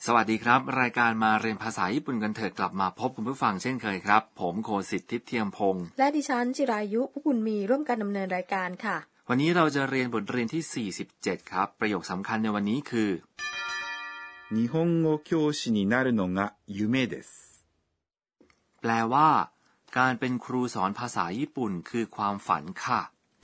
สวัสดีครับรายการมาเรียนภาษาญี่ปุ่นกันเถิดกลับมาพบคุณผู้ฟังเช่นเคยครับผมโคสิทธิ์ทิพย์เทียมพงษ์และดิฉันจิรายุผู้บุญมีร่วมกันดำเนินรายการค่ะวันนี้เราจะเรียนบทเรียนที่47ครับประโยคสำคัญในวันนี้คือ日本語教師になるのが夢ですแปลว่าการเป็นครูสอนภาษาญี่ปุ่นคือความฝันค่ะ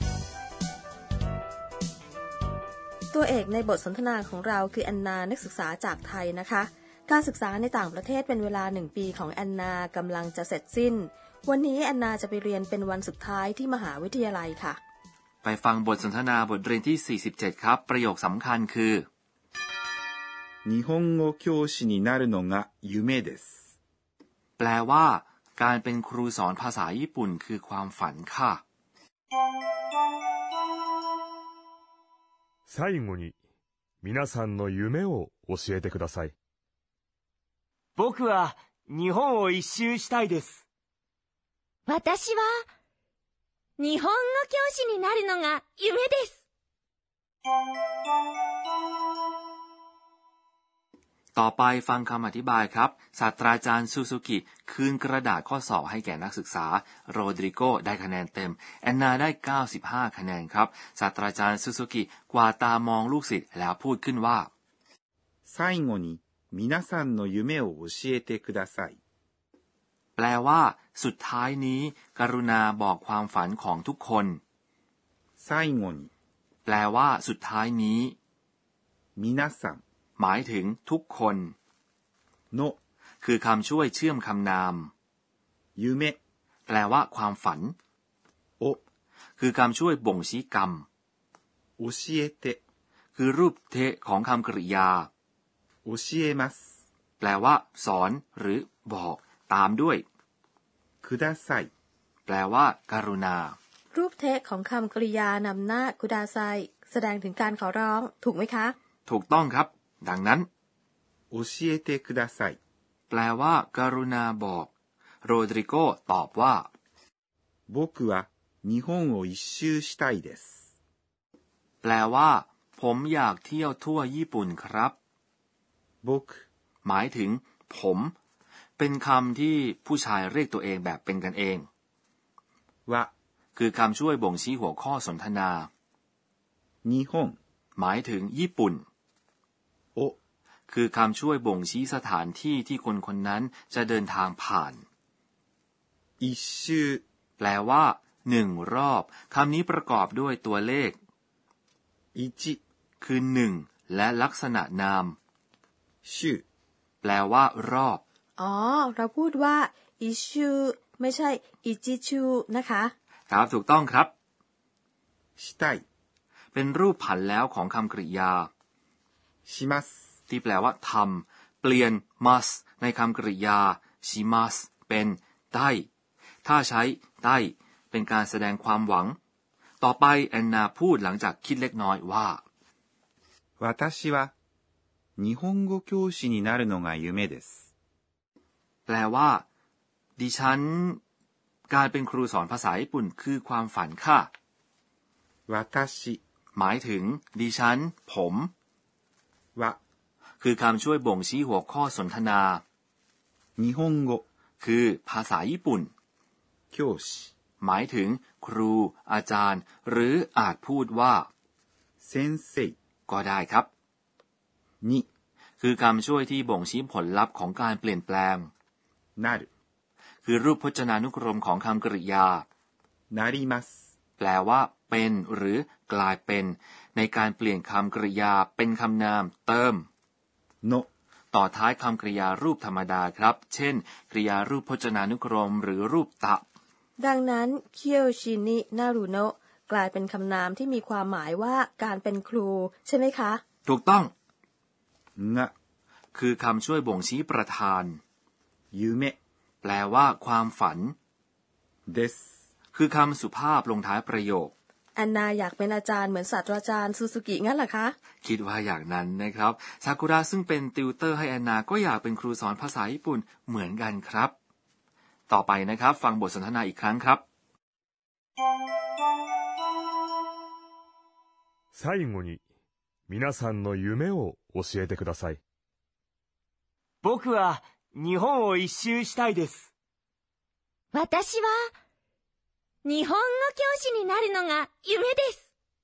ตัวเอกในบทสนทนาของเราคือแอนนานักศึกษาจากไทยนะคะการศึกษาในต่างประเทศเป็นเวลา1 ปีของแอนนากำลังจะเสร็จสิ้นวันนี้แอนนาจะไปเรียนเป็นวันสุดท้ายที่มหาวิทยาลัยค่ะไปฟังบทสนทนาบทเรียนที่47ครับประโยคสำคัญคือ日本語教師になるのが夢ですแปลว่าการเป็นครูสอนภาษาญี่ปุ่นคือความฝันค่ะ最後に皆さんの夢を教えてください。 僕は日本を一周したいです。 私は日本語教師になるのが夢です。 ต่อไปฟังคำอธิบายครับศาสตราจารย์ซูซูกิคืนกระดาษข้อสอบให้แก่นักศึกษาโรดริโกได้คะแนนเต็มแอนนาได้95คะแนนครับศาสตราจารย์ซูซูกิกวาดตามองลูกศิษย์แล้วพูดขึ้นว่า最後に皆さんの夢を教えてくださいแปลว่าสุดท้ายนี้กรุณาบอกความฝันของทุกคน最後にแปลว่าสุดท้ายนี้皆さんหมายถึงทุกคนโนคือคำช่วยเชื่อมคำนาม夢แปลว่าความฝันโอคือคำช่วยบ่งชี้กรรม教えてคือรูปเทของคำกริยา教えますแปลว่าสอนหรือบอกตามด้วยくださいแปลว่าการุณารูปเทของคำกริยานำหน้าคุดาไซแสดงถึงการขอร้องถูกไหมคะถูกต้องครับดังนั้น教えてくださいแปลว่าการุณาบอกโรดริโกตอบว่า僕は日本を一周したいですแปลว่าผมอยากเที่ยวทั่วญี่ปุ่นครับ僕หมายถึงผมเป็นคำที่ผู้ชายเรียกตัวเองแบบเป็นกันเองวะคือคำช่วยบ่งชี้หัวข้อสนทนา日本หมายถึงญี่ปุ่นโอคือคำช่วยบ่งชี้สถานที่ที่คนคนนั้นจะเดินทางผ่านอิชูแปลว่า1 รอบคำนี้ประกอบด้วยตัวเลขอิจิคือ1และลักษณะนามชูแปลว่ารอบอ๋อเราพูดว่าอิชูไม่ใช่อิจิชูนะคะครับถูกต้องครับしたいเป็นรูปผันแล้วของคำกริยาしますที่แปลว่าทำเปลี่ยน must ในคำกริยาชิมัสเป็นได้ถ้าใช้ได้เป็นการแสดงความหวังต่อไปแอนนาพูดหลังจากคิดเล็กน้อยว่า私は日本語教師になるのが夢ですแปลว่าดิฉันการเป็นครูสอนภาษาญี่ปุ่นคือความฝันค่ะ私หมายถึงดิฉันผมวะคือคำช่วยบ่งชี้หัวข้อสนทนา日本語คือภาษาญี่ปุ่น教師หมายถึงครูอาจารย์หรืออาจพูดว่า先生ก็ได้ครับนิคือคำช่วยที่บ่งชี้ผลลัพธ์ของการเปลี่ยนแปลงなるคือรูปพจนานุกรมของคำกริยาなりますแปลว่าเป็นหรือกลายเป็นในการเปลี่ยนคำกริยาเป็นคำนามเติมโนต่อท้ายคำกริยารูปธรรมดาครับเช่นกริยารูปพจนานุกรมหรือรูปตะดังนั้นเคียวชินินารุโนะกลายเป็นคำนามที่มีความหมายว่าการเป็นครูใช่ไหมคะถูกต้องงะคือคำช่วยบ่งชี้ประธานยูเมะแปลว่าความฝันเดสคือคำสุภาพลงท้ายประโยคแอนนาอยากเป็นอาจารย์เหมือนศาสตราจารย์ซูซูกิงั้นเหรอคะคิดว่าอย่างนั้นนะครับซากุระซึ่งเป็นติวเตอร์ให้แอนนาก็อยากเป็นครูสอนภาษาญี่ปุ่นเหมือนกันครับต่อไปนะครับฟังบทสนทนาอีกครั้งครับ最後に皆さんの夢を教えてください僕は日本を一周したいです。 私は日本語教師になるのが夢です。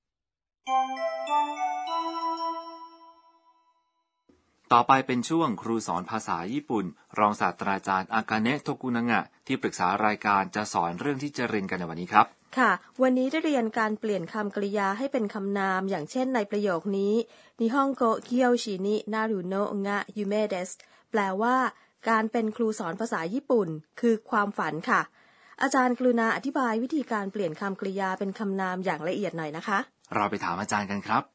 ต่อไปเป็นช่วงครูสอนภาษาญี่ปุ่นรองศาสตราจารย์อากาเนะโทกุนางะที่ปรึกษารายการจะสอนเรื่องที่จะเรียนกันในวันนี้ครับค่ะวันนี้ได้เรียนการเปลี่ยนคำกริยาให้เป็นคำนามอย่างเช่นในประโยคนี้นิฮงโกเคียวชินินารุโนะงะยูเมเดสแปลว่าการเป็นครูสอนภาษาญี่ปุ่นคือความฝันค่ะอาจารย์กรุณาอธิบายวิธีการเปลี่ยนคำกริยาเป็นคำนามอย่างละเอียดหน่อยนะคะเราไปถามอาจารย์กันครับ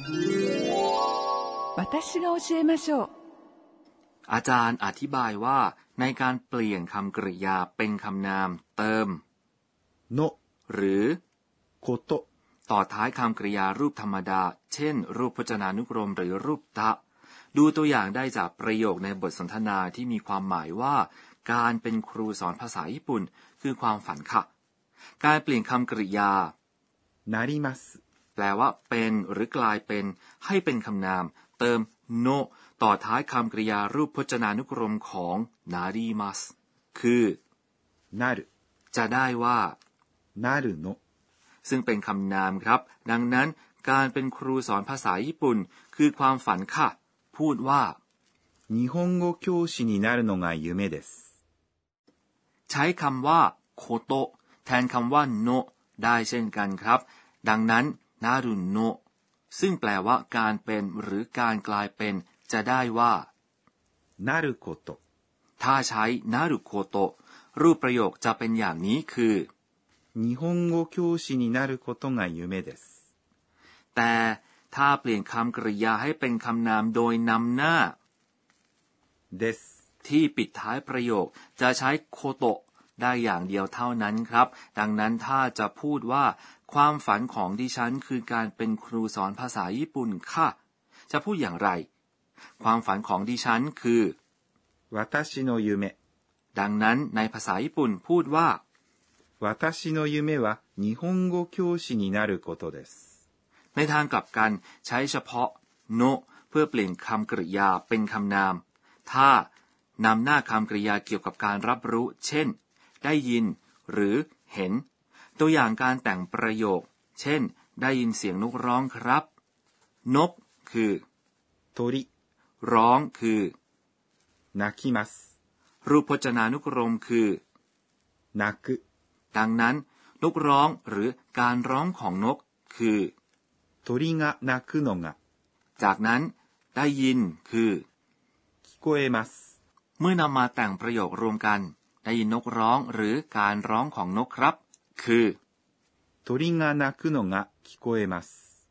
私が教えましょうอาจารย์อธิบายว่าในการเปลี่ยนคำกริยาเป็นคำนามเติมโนหรือโคโตต่อท้ายคำกริยารูปธรรมดาเช่นรูปพจนานุกรมหรือรูปตะดูตัวอย่างได้จากประโยคในบทสนทนาที่มีความหมายว่าการเป็นครูสอนภาษาญี่ปุ่นคือความฝันค่ะการเปลี่ยนคำกริยาなりますแปลว่าเป็นหรือกลายเป็นให้เป็นคำนามเติมโนต่อท้ายคำกริยารูปพจนานุกรมของนาริมัสคือなるจะได้ว่าなるのซึ่งเป็นคำนามครับดังนั้นการเป็นครูสอนภาษาญี่ปุ่นคือความฝันค่ะพูดว่า日本語教師になるのが夢ですใช้คำว่าโคโตะแทนคำว่าโนะได้เช่นกันครับดังนั้นนารุโนะซึ่งแปลว่าการเป็นหรือการกลายเป็นจะได้ว่าなることถ้าใช้นารุโคโตะรูปประโยคจะเป็นอย่างนี้คือ日本語教師になることが夢ですแต่ถ้าเปลี่ยนคำกริยาให้เป็นคำนามโดยนำหน้าですที่ปิดท้ายประโยคจะใช้โคโตะได้อย่างเดียวเท่านั้นครับดังนั้นถ้าจะพูดว่าความฝันของดิฉันคือการเป็นครูสอนภาษาญี่ปุ่นค่ะจะพูดอย่างไรความฝันของดิฉันคือ私の夢ดังนั้นในภาษาญี่ปุ่นพูดว่า私の夢は日本語教師になることですในทางกลับกันใช้เฉพาะโนะเพื่อเปลี่ยนคำกริยาเป็นคำนามถ้านำหน้าคำกริยาเกี่ยวกับการรับรู้เช่นได้ยินหรือเห็นตัวอย่างการแต่งประโยคเช่นได้ยินเสียงนกร้องครับนกคือ鳥ร้องคือ鳴きますรูปพจนานุกรมคือ鳴くดังนั้นนกร้องหรือการร้องของนกคือ鳥が鳴くのがจากนั้นได้ยินคือ聞こえますเมื่อนำมาแต่งประโยครวมกันได้ยินนกร้องหรือการร้องของนกครับคือ鳥が鳴くのが聞こえます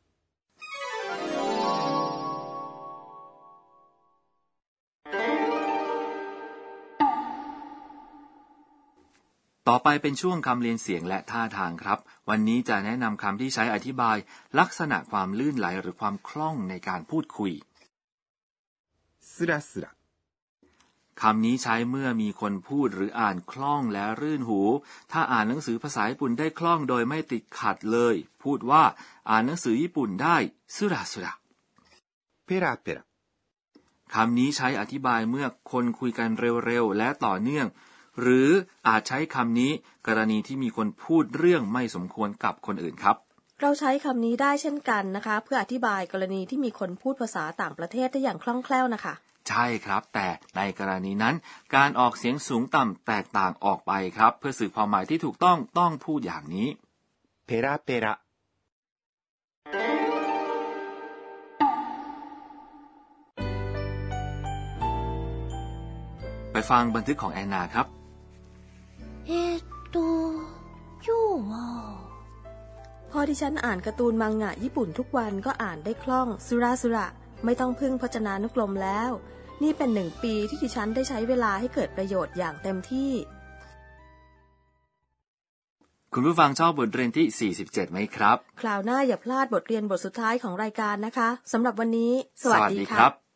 ต่อไปเป็นช่วงคำเรียนเสียงและท่าทางครับวันนี้จะแนะนำคำที่ใช้อธิบายลักษณะความลื่นไหลหรือความคล่องในการพูดคุยスラスラคำนี้ใช้เมื่อมีคนพูดหรืออ่านคล่องและรื่นหูถ้าอ่านหนังสือภาษาญี่ปุ่นได้คล่องโดยไม่ติดขัดเลยพูดว่าอ่านหนังสือญี่ปุ่นได้สุราสุระペラペラคำนี้ใช้อธิบายเมื่อคนคุยกันเร็วๆและต่อเนื่องหรืออาจใช้คำนี้กรณีที่มีคนพูดเรื่องไม่สมควรกับคนอื่นครับเราใช้คำนี้ได้เช่นกันนะคะเพื่ออธิบายกรณีที่มีคนพูดภาษาต่างประเทศได้อย่างคล่องแคล่วนะคะใช่ครับแต่ในกรณีนั้นการออกเสียงสูงต่ำแตกต่างออกไปครับเพื่อสื่อความหมายที่ถูกต้องพูดอย่างนี้ペラペラไปฟังบันทึกของแอนนาครับ今日はพอดิฉันอ่านการ์ตูนมังงะญี่ปุ่นทุกวันก็อ่านได้คล่องสุราสุระไม่ต้องพึ่งพจนานุกรมแล้วนี่เป็น1 ปีที่ดิฉันได้ใช้เวลาให้เกิดประโยชน์อย่างเต็มที่คุณผู้ฟังชอบบทเรียนที่47ไหมครับคราวหน้าอย่าพลาดบทเรียนบทสุดท้ายของรายการนะคะสำหรับวันนี้สวัสดีครับ